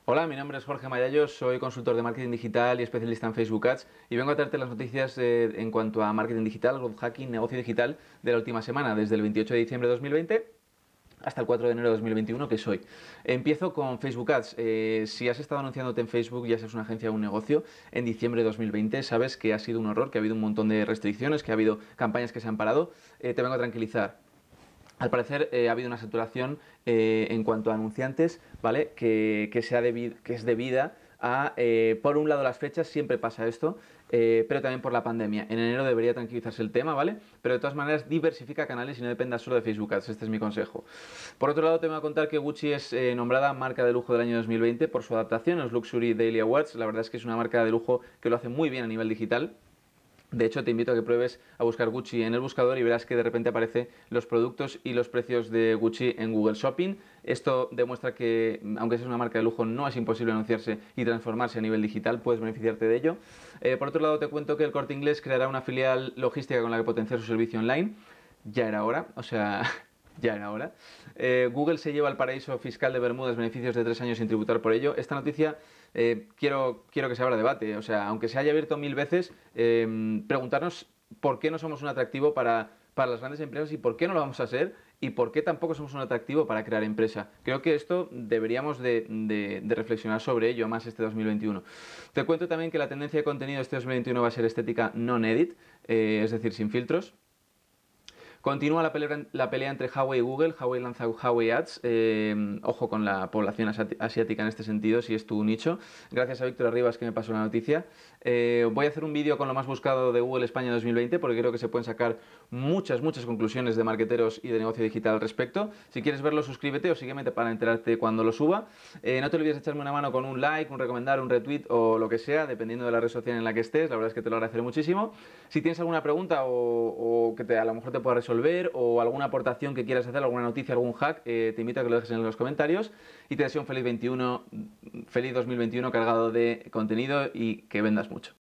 Hola, mi nombre es Jorge Mayallo, soy consultor de marketing digital y especialista en Facebook Ads y vengo a traerte las noticias en cuanto a marketing digital, growth hacking, negocio digital de la última semana, desde el 28 de diciembre de 2020 hasta el 4 de enero de 2021, que soy. Empiezo con Facebook Ads. Si has estado anunciándote en Facebook, ya seas una agencia o un negocio, en diciembre de 2020, sabes que ha sido un horror, que ha habido un montón de restricciones, que ha habido campañas que se han parado. Te vengo a tranquilizar. Al parecer ha habido una saturación en cuanto a anunciantes, ¿vale? Que es debida a, por un lado, las fechas, siempre pasa esto, pero también por la pandemia. En enero debería tranquilizarse el tema, ¿vale? Pero de todas maneras, diversifica canales y no dependas solo de Facebook Ads, este es mi consejo. Por otro lado, te voy a contar que Gucci es nombrada marca de lujo del año 2020 por su adaptación a los Luxury Daily Awards. La verdad es que es una marca de lujo que lo hace muy bien a nivel digital. De hecho, te invito a que pruebes a buscar Gucci en el buscador y verás que de repente aparecen los productos y los precios de Gucci en Google Shopping. Esto demuestra que, aunque seas una marca de lujo, no es imposible anunciarse y transformarse a nivel digital, puedes beneficiarte de ello. Por otro lado, te cuento que el Corte Inglés creará una filial logística con la que potenciar su servicio online. Ya era hora, o sea, ya era hora. Google se lleva al paraíso fiscal de Bermudas beneficios de 3 años sin tributar por ello. Esta noticia quiero que se abra debate. O sea, aunque se haya abierto 1000 veces, preguntarnos por qué no somos un atractivo para las grandes empresas y por qué no lo vamos a ser y por qué tampoco somos un atractivo para crear empresa. Creo que esto deberíamos de reflexionar sobre ello más este 2021. Te cuento también que la tendencia de contenido este 2021 va a ser estética non-edit, es decir, sin filtros. Continúa la pelea entre Huawei y Google. Huawei lanza Huawei Ads. Ojo con la población asiática en este sentido, si es tu nicho. Gracias a Víctor Arribas que me pasó la noticia. Voy a hacer un vídeo con lo más buscado de Google España 2020 porque creo que se pueden sacar muchas conclusiones de marketeros y de negocio digital al respecto. Si quieres verlo, suscríbete o sígueme para enterarte cuando lo suba. No te olvides de echarme una mano con un like, un recomendar, un retweet o lo que sea, dependiendo de la red social en la que estés. La verdad es que te lo agradeceré muchísimo. Si tienes alguna pregunta o que a lo mejor te pueda resolver o alguna aportación que quieras hacer, alguna noticia, algún hack, te invito a que lo dejes en los comentarios y te deseo un feliz 2021 cargado de contenido y que vendas mucho.